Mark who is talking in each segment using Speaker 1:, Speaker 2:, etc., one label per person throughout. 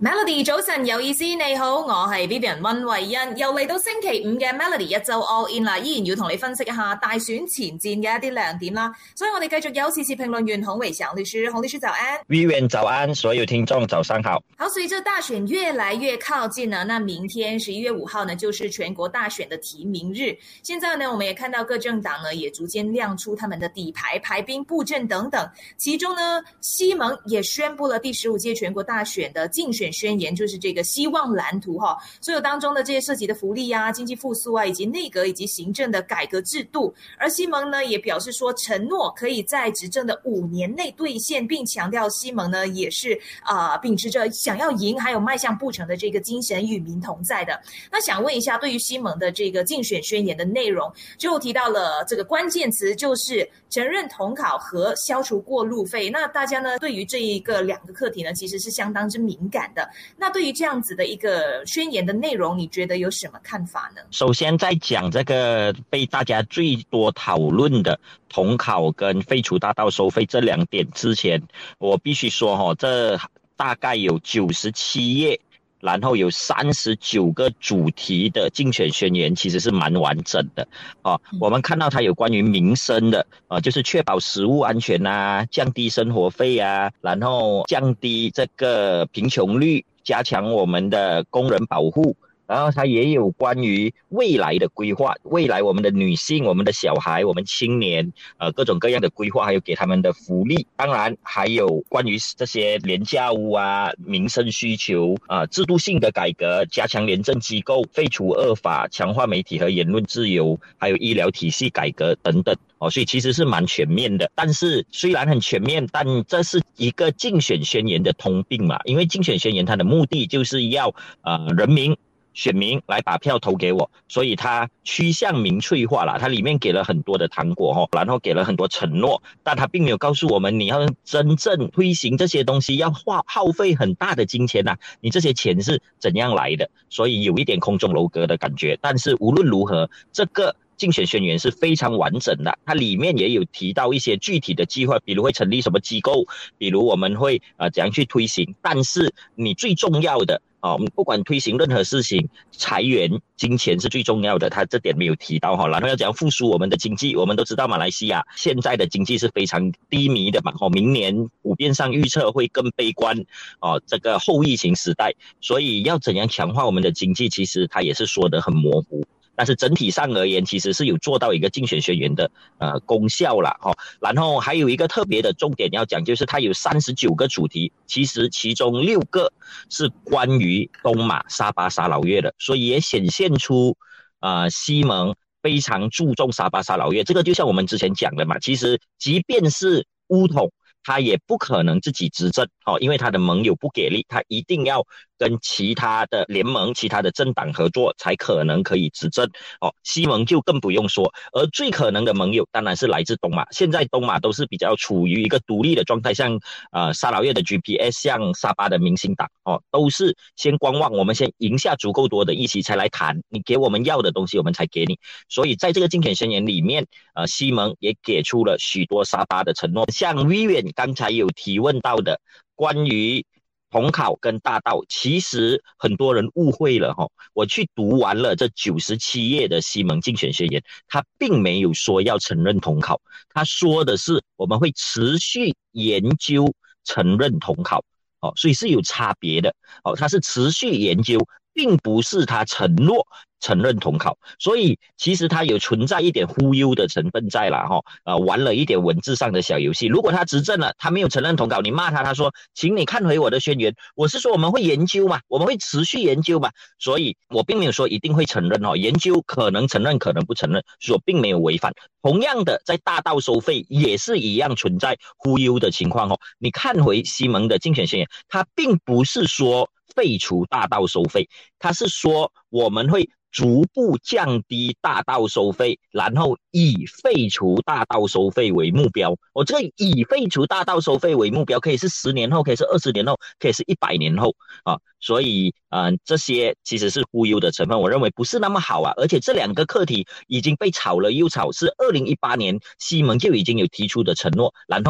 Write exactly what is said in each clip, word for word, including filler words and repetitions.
Speaker 1: Melody 早晨有意思，你好，我係 Vivian 溫慧欣，又嚟到星期五嘅 Melody 一周 All In 啦，依然要同你分析一下大選前戰嘅一啲亮點啦。所以我哋繼續有時事評論員洪偉祥律師，洪律師早安。
Speaker 2: Vivian 早安，所有聽眾早上好。
Speaker 1: 好，隨着大選越來越靠近呢，那明天十一月五號呢，就是全國大選的提名日。現在呢，我們也看到各政黨呢，也逐漸亮出他們的底牌、排兵布陣等等。其中呢，西盟也宣布了第十五屆全國大選的競選宣言，就是這個希望藍圖哈，所有當中的這些涉及的福利啊、經濟復甦啊，以及內閣以及行政的改革制度。而西盟呢也表示說，承諾可以在執政的五年內兌現，並強調西盟呢也是啊、呃、秉持着想要贏還有邁向不成的這個精神與民同在的。那想問一下，對於西盟的這個競選宣言的內容，就提到了這個關鍵詞，就是承認統考和消除過路費。那大家呢對於這一個兩個課題呢，其實是相當之敏感的。那對於這樣子的一個宣言的內容，你覺得有什麼看法呢？
Speaker 2: 首先在講這個被大家最多討論的統考跟廢除大道收費這兩點之前，我必須說哈，這大概有九十七頁，然後有三十九個主題的競選宣言，其實是蠻完整的啊。我們看到它有關於民生的啊，就是確保食物安全啊，降低生活費啊，然後降低這個貧窮率，加強我們的工人保護，然後它也有關於未來的規劃，未來我們的女性、我們的小孩、我們青年，呃，各種各樣的規劃，還有給他們的福利。當然還有關於這些廉價屋啊、民生需求啊、呃、制度性的改革，加強廉政機構，廢除惡法，強化媒體和言論自由，還有醫療體系改革等等。哦，所以其實是蠻全面的。但是雖然很全面，但這是一個競選宣言的通病嘛，因為競選宣言它的目的就是要呃人民選民來把票投給我，所以它趨向民粹化了。它裡面給了很多的糖果，然後給了很多承諾，但它並沒有告訴我們你要真正推行這些東西要花耗費很大的金錢啊，你這些錢是怎樣來的，所以有一點空中樓閣的感覺。但是無論如何，這個競選宣言是非常完整的，它裡面也有提到一些具體的計劃，比如會成立什麼機構，比如我們會呃怎樣去推行。但是你最重要的啊，不管推行任何事情，財源金錢是最重要的，它這點沒有提到哈。然後要怎樣復甦我們的經濟，我們都知道馬來西亞現在的經濟是非常低迷的嘛，明年普遍上預測會更悲觀啊，這個後疫情時代，所以要怎樣強化我們的經濟，其實它也是說得很模糊。但是整體上而言，其實是有做到一個競選宣言的呃功效啦，哦。然後還有一個特別的重點要講，就是它有三十九個主題，其實其中六個是關於東馬沙巴沙勞越的，所以也顯現出呃西盟非常注重沙巴沙勞越。這個就像我們之前講的嘛，其實即便是巫統，他也不可能自己執政哦，因為他的盟友不給力，他一定要跟其他的聯盟、其他的政黨合作，才可能可以執政哦。西盟就更不用說，而最可能的盟友當然是來自東馬。現在東馬都是比較處於一個獨立的狀態，像呃沙勞越的 G P S， 像沙巴的民興黨哦，都是先觀望，我們先贏下足夠多的議席才來談，你給我們要的東西，我們才給你。所以在這個競選宣言裡面，呃，西盟也給出了許多沙巴的承諾，像 Vivian 剛才有提問到的關於統考跟大道，其實很多人誤會了哈。我去讀完了這九十七頁的西盟競選宣言，他並沒有說要承認統考，他說的是我們會持續研究承認統考，哦，所以是有差別的，哦，他是持續研究，並不是他承諾承認統考，所以其實它有存在一點忽悠的成分在啦，哈，呃，玩了一點文字上的小遊戲。如果他執政了，他沒有承認統考，你罵他，他說，請你看回我的宣言，我是說我們會研究嘛，我們會持續研究嘛，所以我並沒有說一定會承認，研究可能承認，可能不承認，所以我並沒有違反。同樣的，在大道收費也是一樣存在忽悠的情況，你看回西盟的競選宣言，它並不是說廢除大道收費，它是說我們會逐步降低大道收費，然後以廢除大道收費為目標。我、哦、這個以廢除大道收費為目標，可以是十年後，可以是二十年後，可以是一百年後啊。所以，嗯、呃，這些其實是忽悠的成分，我認為不是那麼好啊。而且這兩個課題已經被炒了又炒，是二零一八年西盟就已經有提出的承諾，然後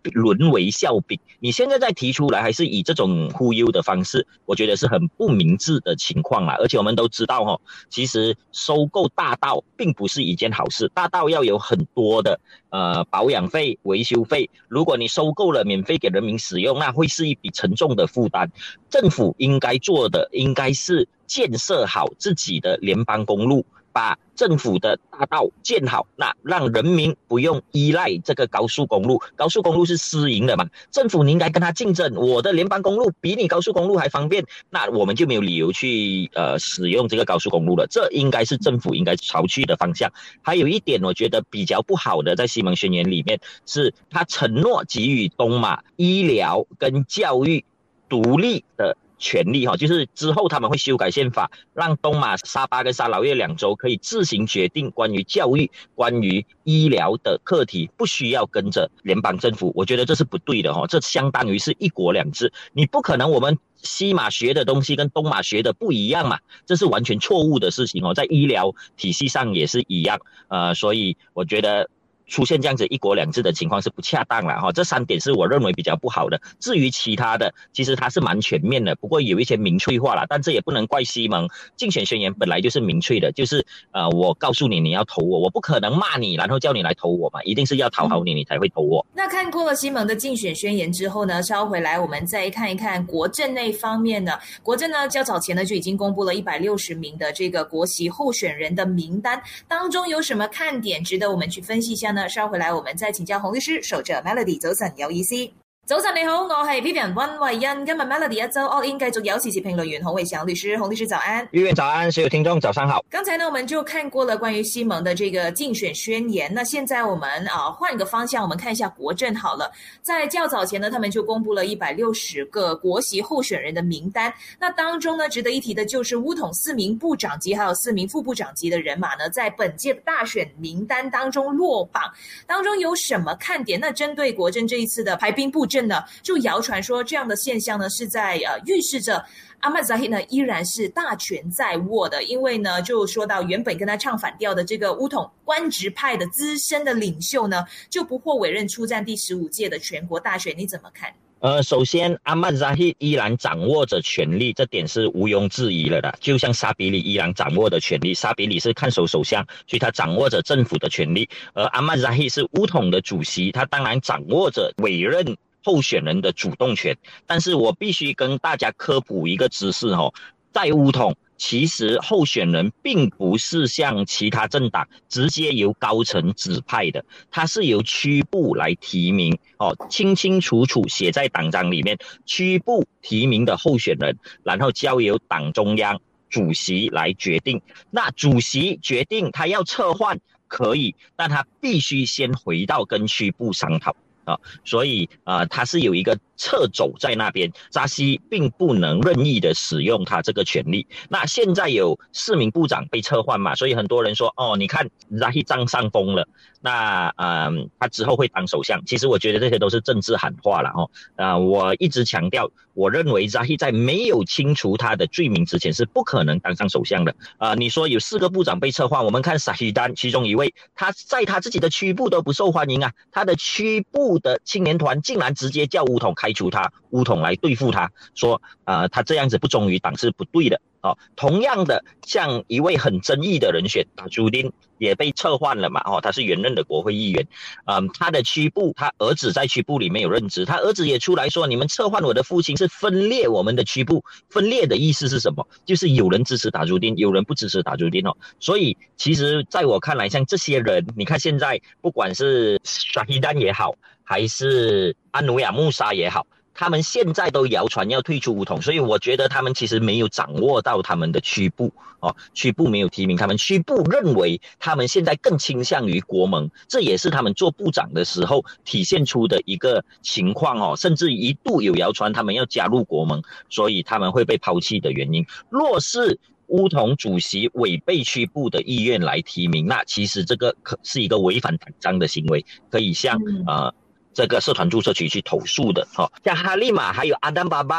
Speaker 2: 沦为笑柄。你现在再提出来，还是以这种忽悠的方式，我觉得是很不明智的情况啦。而且我们都知道哈，其实收购大道并不是一件好事，大道要有很多的呃保养费、维修费。如果你收购了免费给人民使用，那会是一笔沉重的负担。政府应该做的应该是建设好自己的联邦公路，把政府的大道建好，那让人民不用依赖这个高速公路。高速公路是私营的嘛，政府你应该跟他竞争，我的联邦公路比你高速公路还方便，那我们就没有理由去呃使用这个高速公路了。这应该是政府应该朝去的方向。还有一点我觉得比较不好的，在西蒙宣言里面是他承诺给予东马医疗跟教育独立的权利，就是之后他们会修改宪法，让东马、沙巴跟沙劳越两州可以自行决定关于教育、关于医疗的课题，不需要跟着联邦政府。我觉得这是不对的，这相当于是一国两制。你不可能我们西马学的东西跟东马学的不一样嘛，这是完全错误的事情，在医疗体系上也是一样。呃，所以我觉得出现这样子一国两制的情况是不恰当了哈，这三点是我认为比较不好的。至于其他的，其实它是蛮全面的，不过有一些民粹化了，但这也不能怪西蒙。竞选宣言本来就是民粹的，就是呃，我告诉你你要投我，我不可能骂你然后叫你来投我嘛，一定是要讨好你你才会投我。
Speaker 1: 那看过了西蒙的竞选宣言之后呢，稍回来我们再看一看国阵内方面呢，国阵呢较早前呢就已经公布了一百六十名的这个国席候选人的名单，当中有什么看点值得我们去分析一下呢？稍回來我們再請教洪律師，守着 Melody 早晨有意思。早晨你好，我係 Vivian 溫慧欣。今日 Melody 一周 All In 繼續有時事評論員洪偉祥律師，洪律師早安。
Speaker 2: Vivian 早安，所有聽眾早上好。
Speaker 1: 剛才呢，我們就看過了關於西蒙的這個競選宣言。那現在我們啊換一個方向，我們看一下國陣好了。在較早前呢，他們就公布了一百六十個國席候選人的名單。那當中呢，值得一提的就是巫統四名部長級還有四名副部長級的人馬呢，在本屆的大選名單當中落榜。當中有什麼看點？那針對國陣這一次的排兵布陣呢，就謠傳說這樣的現象呢，是在呃預示着阿末扎希呢依然是大權在握的，因為呢就說到原本跟他唱反調的這個巫統官職派的資深的領袖呢，就不獲委任出戰第十五屆的全國大選，你怎麼看？
Speaker 2: 呃，首先阿末扎希依然掌握着權力，這點是毋庸置疑了的。就像沙比里依然掌握的權力，沙比里是看守首相，所以他掌握着政府的權力，而阿末扎希是巫統的主席，他當然掌握着委任候選人的主動權。但是我必須跟大家科普一個知識哦，在巫統其實候選人並不是像其他政黨直接由高層指派的，它是由區部來提名哦，清清楚楚寫在黨章裡面，區部提名的候選人，然後交由黨中央主席來決定。那主席決定他要撤換可以，但他必須先回到跟區部商討。啊，所以啊、呃，他是有一個掣肘在那邊，扎西並不能任意的使用他這個權利。那現在有四名部長被撤換嘛，所以很多人說，哦，你看扎西佔上風了，那呃，他之後會當首相。其實我覺得這些都是政治喊話了哦。啊、呃，我一直強調，我認為扎西在沒有清除他的罪名之前是不可能當上首相的。啊、呃，你說有四個部長被撤換，我們看沙希丹其中一位，他在他自己的區部都不受歡迎啊，他的區部的青年團竟然直接叫巫統開除他，巫統來對付他，說呃他這樣子不忠於黨是不對的。哦，同樣的，像一位很爭議的人選達朱丁也被撤換了嘛，哦，他是原任的國會議員，嗯，他的區部，他兒子在區部裡面有任職，他兒子也出來說，你們撤換我的父親是分裂我們的區部，分裂的意思是什麼？就是有人支持達朱丁，有人不支持達朱丁哦，所以其實在我看來，像這些人，你看現在不管是沙希丹也好，還是安努亞穆沙也好，他們現在都謠傳要退出巫統，所以我覺得他們其實沒有掌握到他們的區部哦，區部沒有提名他們，區部認為他們現在更傾向於國盟，這也是他們做部長的時候體現出的一個情況哦，甚至一度有謠傳他們要加入國盟，所以他們會被拋棄的原因。若是巫統主席違背區部的意願來提名，那其實這個可是一個違反黨章的行為，可以向、嗯、呃這個社團注冊局去投訴的，哈，像哈利瑪還有阿丹巴巴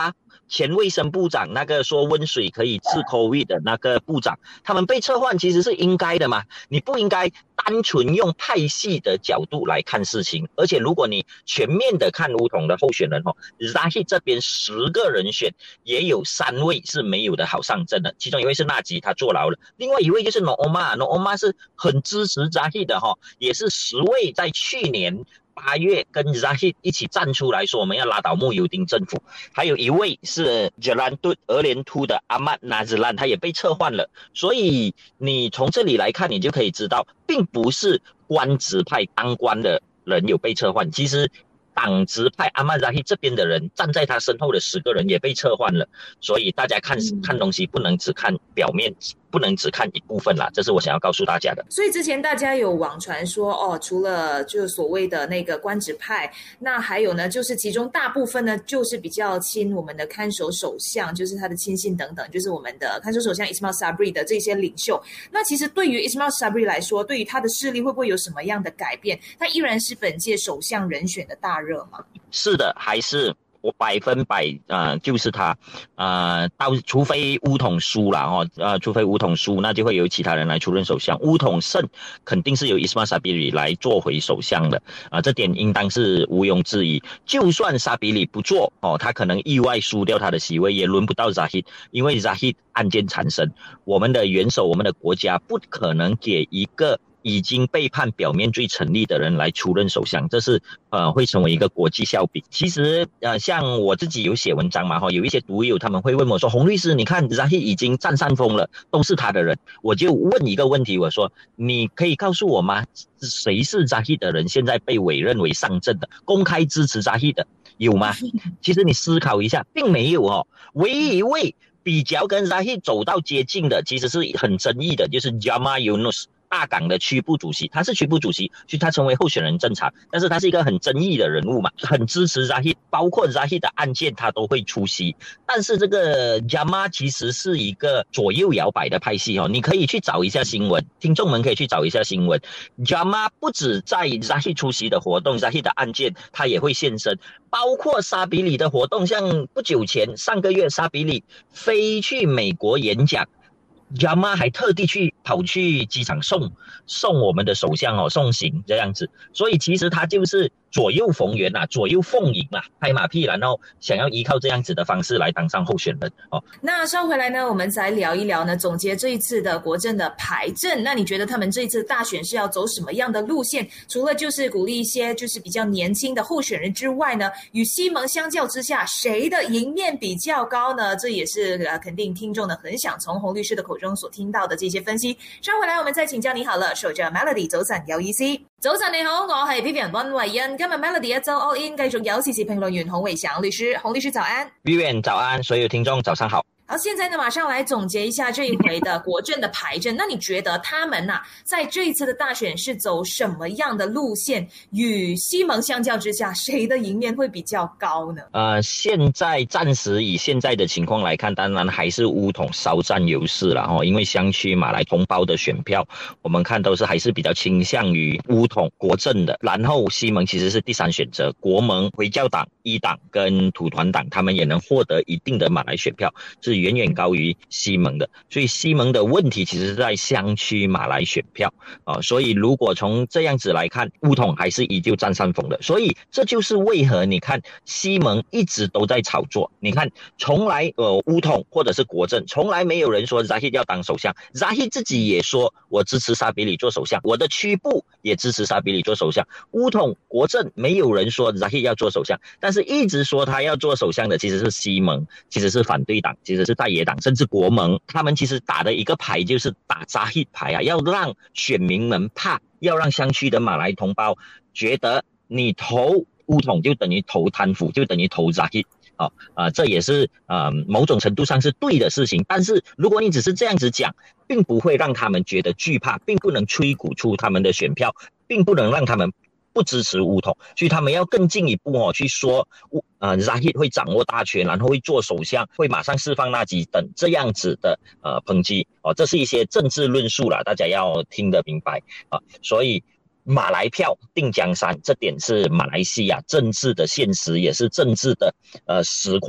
Speaker 2: 前卫生部长那个说温水可以治 COVID 的那个部长，他们被撤换其实是应该的嘛，你不应该单纯用派系的角度来看事情。而且如果你全面的看巫统的候选人哦 Zahid 这边十个人选也有三位是没有的好上阵的，其中一位是纳吉，他坐牢了，另外一位就是 Nooma Nooma 是很支持 Zahid 的哈、哦，也是十位在去年八月跟 Zahid 一起站出来说我们要拉倒慕尤丁政府，还有一位是 Jalan 俄联突的 Ahmad Nazlan， 他也被撤换了。所以你从这里来看，你就可以知道并不是官职派当官的人有被撤换，其实党职派 Ahmad Zahid 这边的人站在他身后的十个人也被撤换了。所以大家看、嗯、看东西不能只看表面，不能只看一部分啦，这是我想要告诉大家的。
Speaker 1: 所以之前大家有网传说哦，除了就是所谓的那个官职派，那还有呢，就是其中大部分呢就是比较亲我们的看守首相，就是他的亲信等等，就是我们的看守首相 Ismail Sabri 的这些领袖。那其实对于 Ismail Sabri 来说，对于他的势力会不会有什么样的改变？他依然是本届首相人选的大热吗？
Speaker 2: 是的，还是我百分百呃就是他呃到除非巫统输了哦呃除非巫统输，那就会由其他人来出任首相。巫统胜肯定是由 Ismail Sabri 来做回首相的啊、呃，这点应当是毋庸置疑。就算 Sabri 不做哦，他可能意外输掉他的席位，也轮不到 Zahid， 因为 Zahid 案件缠身，我们的元首我们的国家不可能给一个已经被判表面罪成立的人来出任首相，这是呃会成为一个国际笑柄。其实呃像我自己有写文章嘛哈，有一些读友他们会问我说，洪律师，你看 Zahid 已经占上风了，都是他的人，我就问一个问题，我说你可以告诉我吗？谁是 Zahid 的人现在被委任为上阵的，公开支持 Zahid 的有吗？其实你思考一下，并没有哦。唯一一位比较跟 Zahid 走到接近的，其实是很争议的，就是 Jamal Yunus。大港的区部主席，他是区部主席，所以他成为候选人正常，但是他是一个很争议的人物嘛，很支持 Zahid， 包括 Zahid 的案件他都会出席。但是这个 Jamal 其实是一个左右摇摆的派系哦，你可以去找一下新闻，听众们可以去找一下新闻。Jamal 不止在 Zahid 出席的活动 ，Zahid 的案件他也会现身，包括沙比里的活动，像不久前上个月沙比里飞去美国演讲。Jamal 还特地去跑去机场送送我们的首相哦，送行这样子，所以其实他就是左右逢源啊，左右逢迎啊，拍马屁，然后想要依靠这样子的方式来当上候选人哦。
Speaker 1: 那稍回来呢，我们再聊一聊呢，总结这一次的国政的排阵。那你觉得他们这一次大选是要走什么样的路线？除了就是鼓励一些就是比较年轻的候选人之外呢，与西蒙相较之下，谁的赢面比较高呢？这也是呃肯定听众呢很想从洪律師的口中所聽到的這些分析。稍回來我們再請教你好了，守着 Melody 早晨有意思。早晨你好，我係 Vivian 溫慧欣。今日 Melody 一周 All In 繼續有時事評論員洪偉祥律師，洪律師早安。
Speaker 2: Vivian 早安，所有聽眾早上好。
Speaker 1: 好，现在呢，马上来总结一下这一回的国政的排阵。那你觉得他们啊，在这一次的大选是走什么样的路线？与西蒙相较之下，谁的赢面会比较高呢？
Speaker 2: 呃，现在暂时以现在的情况来看，当然还是巫统稍占优势了哦，因为乡区马来同胞的选票，我们看都是还是比较倾向于巫统国政的。然后西蒙其实是第三选择，国盟、回教党、一党跟土团党，他们也能获得一定的马来选票，是远远高于西蒙的，所以西蒙的问题其实是在乡区马来选票啊，所以如果从这样子来看，巫统还是依旧占上风的，所以这就是为何你看西蒙一直都在炒作，你看从来呃巫统或者是国政从来没有人说 Zahid 要当首相， Zahid 自己也说我支持沙比里做首相，我的区部也支持沙比里做首相，巫统国政没有人说 Zahid 要做首相，但是一直说他要做首相的其实是西蒙，其实是反对党，其实是在野党，甚至国盟，他们其实打的一个牌就是打Zahid牌啊，要让选民们怕，要让乡区的马来同胞觉得你投巫统就等于投贪腐，就等于投Zahid。哦，呃，这也是呃某种程度上是对的事情，但是如果你只是这样子讲，并不会让他们觉得惧怕，并不能吹鼓出他们的选票，并不能让他们不支持巫统，所以他们要更进一步哦去说，呃 Zahid 会掌握大权，然后会做首相，会马上释放纳吉等这样子的呃抨击哦，这是一些政治论述啦，大家要听得明白啊，所以。马来票定江山，这点是马来西亚政治的现实，也是政治的呃实况。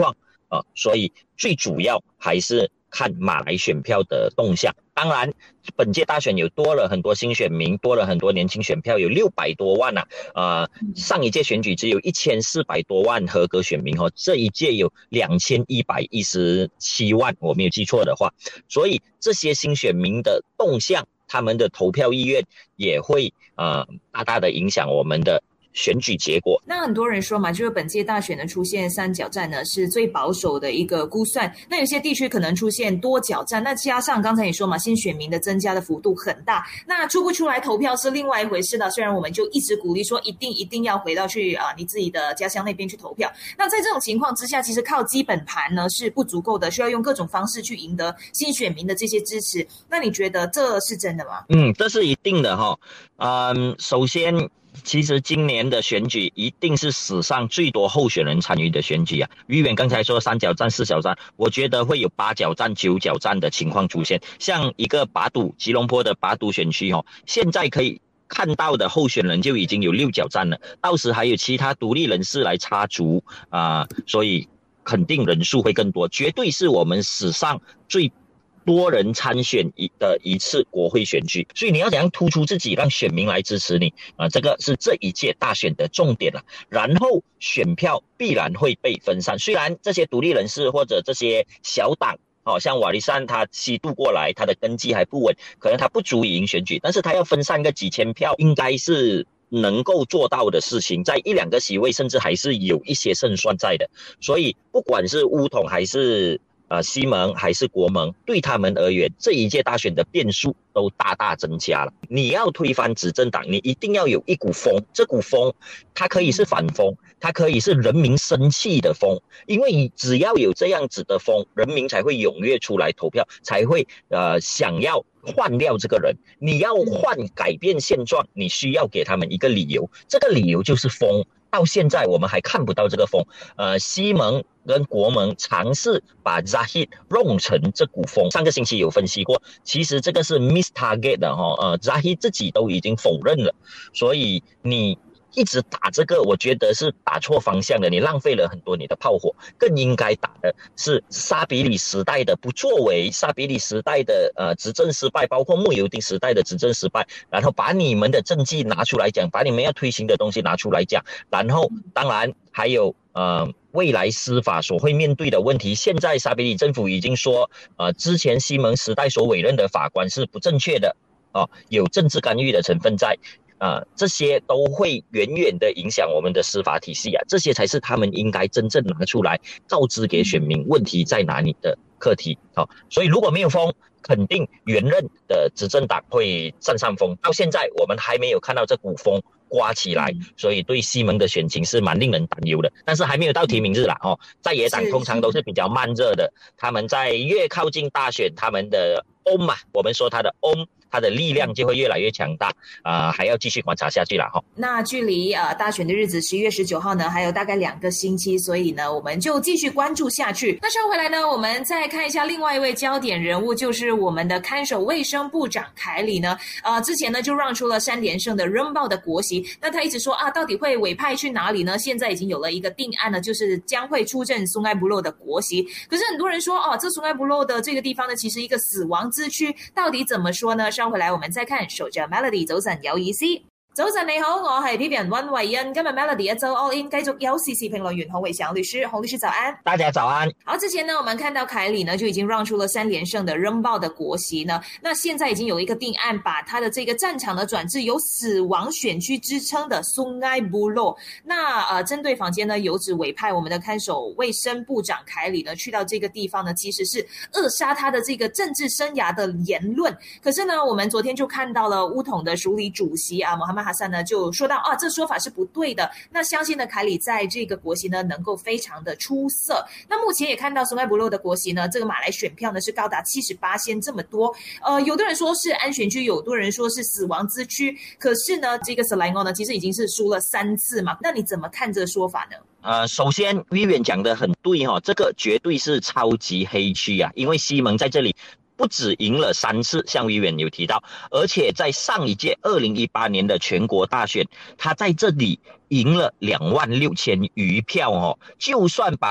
Speaker 2: 啊，所以最主要还是看马来选票的动向。当然本届大选有多了很多新选民，多了很多年轻选票，有六百多万啊，呃，上一届选举只有一千四百多万合格选民哦，这一届有两千一百一十七万，我没有记错的话，所以这些新选民的动向，他们的投票意愿也会呃大大的影响我们的选举结果。
Speaker 1: 那很多人说嘛，就是本届大选呢出现三角战呢是最保守的一个估算，那有些地区可能出现多角战，那加上刚才你说嘛，新选民的增加的幅度很大，那出不出来投票是另外一回事的。虽然我们就一直鼓励说一定一定要回到去啊、呃、你自己的家乡那边去投票，那在这种情况之下，其实靠基本盘呢是不足够的，需要用各种方式去赢得新选民的这些支持。那你觉得这是真的吗？
Speaker 2: 嗯，这是一定的哈、哦。嗯，首先其实今年的选举一定是史上最多候选人参与的选举啊。于远刚才说三角战、四角战，我觉得会有八角战、九角战的情况出现。像一个拔都吉隆坡的拔都选区哦，现在可以看到的候选人就已经有六角战了，到时还有其他独立人士来插足啊、呃，所以肯定人数会更多，绝对是我们史上最多人参选的一次国会选举，所以你要怎样突出自己，让选民来支持你啊、呃？这个是这一届大选的重点了。然后选票必然会被分散，虽然这些独立人士或者这些小党，哦，像瓦利山他西渡过来，他的根基还不稳，可能他不足以赢选举，但是他要分散个几千票，应该是能够做到的事情，在一两个席位，甚至还是有一些胜算在的。所以不管是巫统还是呃，西盟还是国盟，对他们而言，这一届大选的变数都大大增加了。你要推翻执政党，你一定要有一股风，这股风它可以是反风，它可以是人民生气的风，因为只要有这样子的风，人民才会踊跃出来投票，才会呃想要换掉这个人。你要换改变现状，你需要给他们一个理由，这个理由就是风。到现在我们还看不到这个风，呃，西盟跟国盟尝试把 Zahid 弄成这股风。上个星期有分析过，其实这个是 miss target 的哈、哦，呃 Zahid 自己都已经否认了，所以你一直打这个，我觉得是打错方向的，你浪费了很多你的炮火，更应该打的是沙比里时代的不作为，沙比里时代的呃执政失败，包括慕尤丁时代的执政失败，然后把你们的政绩拿出来讲，把你们要推行的东西拿出来讲，然后当然还有呃未来司法所会面对的问题。现在沙比里政府已经说，呃之前西蒙时代所委任的法官是不正确的，哦，有政治干预的成分在。啊、呃，这些都会远远的影响我们的司法体系啊，这些才是他们应该真正拿出来告知给选民问题在哪里的课题。好、哦，所以如果没有风，肯定原任的执政党会占上风。到现在我们还没有看到这股风刮起来，所以对西蒙的选情是蛮令人担忧的。但是还没有到提名日啦哦，在野党通常都是比较慢热的，他们在越靠近大选，他们的 om 啊，我们说他的 om。它的力量就会越来越强大，啊、呃，还要继续观察下去了哈。
Speaker 1: 那距离呃大选的日子十一月十九号呢，还有大概两个星期，所以呢，我们就继续关注下去。那稍后回来呢，我们再看一下另外一位焦点人物，就是我们的看守卫生部长凯里呢，呃，之前呢就让出了三连胜的人报的国席，那他一直说啊，到底会委派去哪里呢？现在已经有了一个定案呢，就是将会出任苏埃布洛的国席。可是很多人说，哦，这苏埃布洛的这个地方呢，其实一个死亡之区，到底怎么說呢？稍回來我們再看守着 Melody 早晨有意思。早晨你好，我係 Vivian 溫慧欣。今日 Melody 一周 All In 繼續有時事評論員洪偉祥律師，洪律師早安。
Speaker 2: 大家早安。
Speaker 1: 好，之前呢，我們看到凱里呢就已經讓出了三連勝的扔爆的國席呢，那現在已經有一個定案，把他的這個戰場呢轉至有死亡選區之稱的松埃布洛。那呃，針對坊間呢有指委派我們的看守衛生部長凱里呢去到這個地方呢，其實是扼殺他的這個政治生涯的言論。可是呢，我們昨天就看到了巫統的署理主席啊，穆罕默哈薩呢就說到啊，這說法是不對的。那相信呢，凱里在這個國席呢能夠非常的出色。那目前也看到松埃布洛的國席呢，這個馬來選票呢是高達七十八仙這麼多。呃，有的人說是安選區，有的人說是死亡之區。可是呢，這個 Selangor 呢其實已經是輸了三次嘛。那你怎麼看這個說法呢？
Speaker 2: 呃，首先 Vivian 講得很對哈、哦，這個絕對是超級黑區啊，因為西蒙在這裡不止贏了三次，像 Vivian 有提到，而且在上一屆二零一八年的全國大選，他在這裡贏了兩萬六千餘票哦，就算把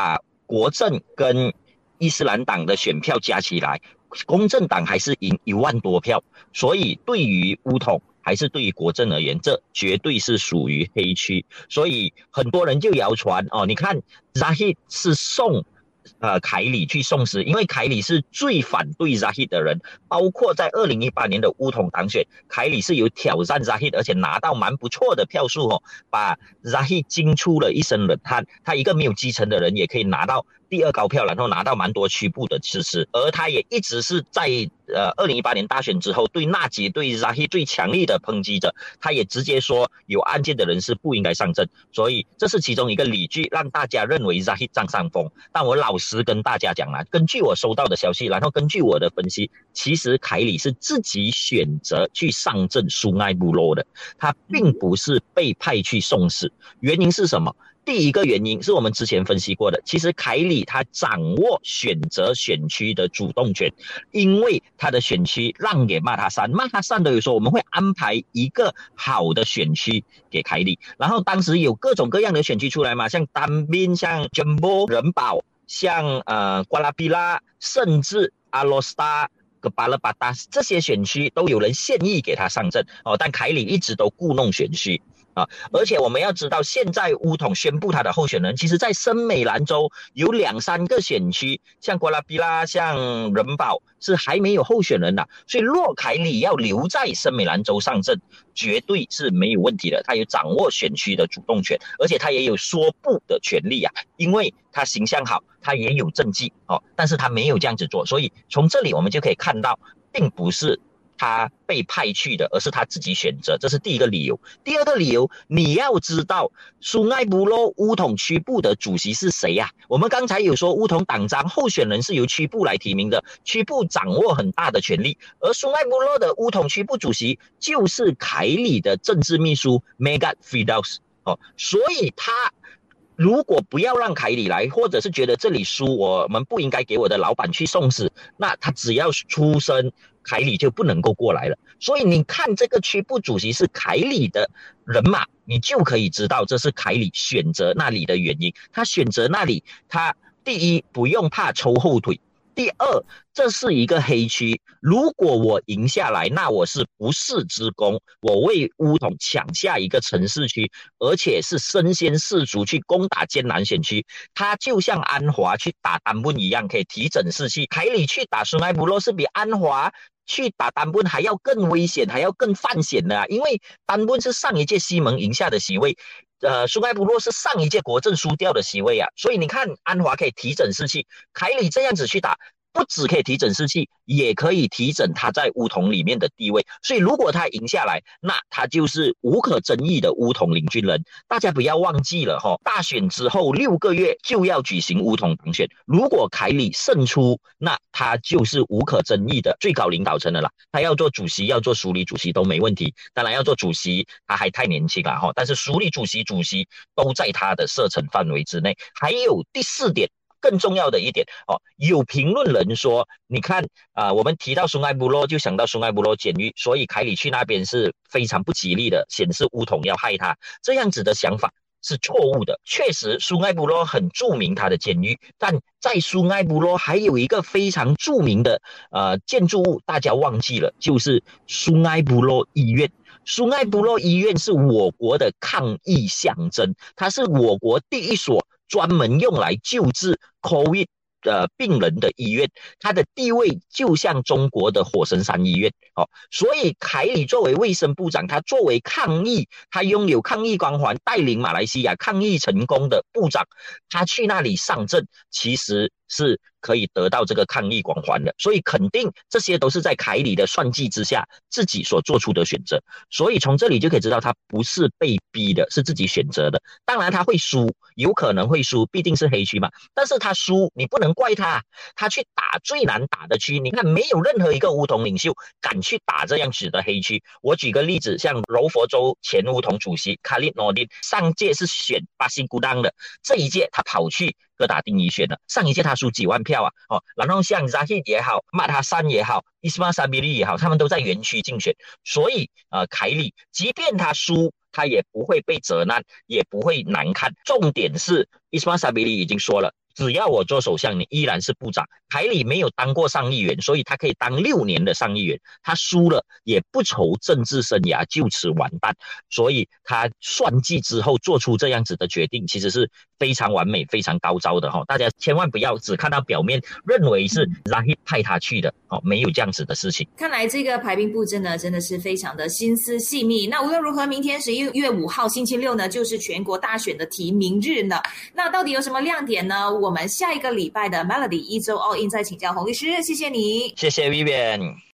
Speaker 2: 国政跟伊斯兰党的选票加起来，公正党还是赢一万多票，所以对于巫统还是对于国政而言，这绝对是属于黑区。所以很多人就谣传哦，你看 Zahid 是送呃凯里去送死，因为凯里是最反对 Zahid 的人，包括在二零一八年的巫统当选，凯里是有挑战 Zahid， 而且拿到蛮不错的票数哦，把 Zahid 惊出了一身冷汗。他一个没有基层的人也可以拿到第二高票，然后拿到蛮多区部的支持，而他也一直是在呃二零一八年大选之后对纳吉对 Zahid 最强力的抨击者，他也直接说有案件的人士不应该上阵，所以这是其中一个理据，让大家认为 Zahid 占上风。但我老实跟大家讲啦，根据我收到的消息，然后根据我的分析，其实凯里是自己选择去上阵苏埃布洛的，他并不是被派去送死。原因是什么？第一个原因是我们之前分析过的，其实凯里他掌握选择选区的主动权，因为他的选区让给马塔山，马塔山都有说我们会安排一个好的选区给凯里，然后当时有各种各样的选区出来嘛，像丹宾、像 Jumbo 人保、像呃瓜拉比拉，甚至阿罗斯达、格巴勒巴达，这些选区都有人现役给他上阵哦，但凯里一直都故弄玄虚。啊，而且我们要知道，现在巫统宣布他的候选人，其实在深美兰州有两三个选区，像瓜拉比拉、像人保是还没有候选人的，所以洛凯里要留在深美兰州上阵，绝对是没有问题的。他有掌握选区的主动权，而且他也有说不的权利啊，因为他形象好，他也有政绩哦，但是他没有这样子做，所以从这里我们就可以看到，并不是他被派去的，而是他自己选择，这是第一个理由。第二个理由，你要知道苏埃布洛巫统区部的主席是谁呀、啊？我们刚才有说巫统党章候选人是由区部来提名的，区部掌握很大的权力，而苏埃布洛的巫统区部主席就是凯里的政治秘书 Megat Firdaus 哦，所以他如果不要让凯里来，或者是觉得这里输，我们不应该给我的老板去送死，那他只要出声，凯里就不能够过来了。所以你看这个区部主席是凯里的人马，你就可以知道这是凯里选择那里的原因。他选择那里，他第一不用怕抽后腿，第二，这是一个黑区，如果我赢下来，那我是不世之功，我为巫统抢下一个城市区，而且是身先士卒去攻打艰难选区。他就像安华去打丹本一样，可以提振士气。凯里去打苏埃布洛是比安华去打丹本还要更危险，还要更犯险的啊！因为丹本是上一届西蒙赢下的席位，呃，苏埃布洛是上一届国政输掉的席位啊，所以你看安华可以提振士气，凯里这样子去打，不只可以提振士气，也可以提振他在巫统里面的地位。所以如果他赢下来，那他就是无可争议的巫统领军人。大家不要忘记了齁，大选之后六个月就要举行巫统当选，如果凯里胜出，那他就是无可争议的最高领导层了啦。他要做主席，要做署理主席都没问题。当然要做主席，他还太年轻了齁，但是署理主席、主席都在他的射程范围之内。还有第四点，更重要的一点哦，有评论人说，你看啊、呃，我们提到苏埃布洛就想到苏埃布洛监狱，所以凯里去那边是非常不吉利的，显示巫统要害他，这样子的想法是错误的。确实苏埃布洛很著名他的监狱，但在苏埃布洛还有一个非常著名的呃建筑物，大家忘记了，就是苏埃布洛医院。苏埃布洛医院是我国的抗疫象征，它是我国第一所专门用来救治 COVID 呃病人的医院，它的地位就像中国的火神山医院哦。所以凯里作为卫生部长，他作为抗疫，他拥有抗疫光环，带领马来西亚抗疫成功的部长，他去那里上阵，其实是可以得到这个抗疫光环的，所以肯定这些都是在凯里的算计之下自己所做出的选择。所以从这里就可以知道他不是被逼的，是自己选择的。当然他会输，有可能会输，毕竟是黑区嘛，但是他输你不能怪他，他去打最难打的区，你看没有任何一个巫统领袖敢去打这样子的黑区。我举个例子，像柔佛州前巫统主席卡利诺丁，上届是选巴辛古当的，这一届他跑去哥打丁尼选了，上一届他输几万票啊，哦，然后像 Zahid 也好，马塔山也好，伊斯玛萨比利也好，他们都在园区竞选，所以呃，凯里即便他输，他也不会被责难，也不会难看。重点是伊斯玛萨比利已经说了， 只要我做首相，你依然是部长。凯里没有当过上议员，所以他可以当六年的上议员，他输了也不愁政治生涯就此完蛋，所以他算计之后做出这样子的决定，其实是非常完美、非常高招的哈。大家千万不要只看到表面，认为是Zahid派他去的哦，没有这样子的事情。
Speaker 1: 看来这个排兵布阵呢，真的是非常的心思细密。那无论如何，明天十一月五号星期六呢，就是全国大选的提名日呢。那到底有什么亮点呢？我们下一个礼拜的 Melody 一周 All In 再请教洪律师，谢谢你，
Speaker 2: 谢谢 Vivian。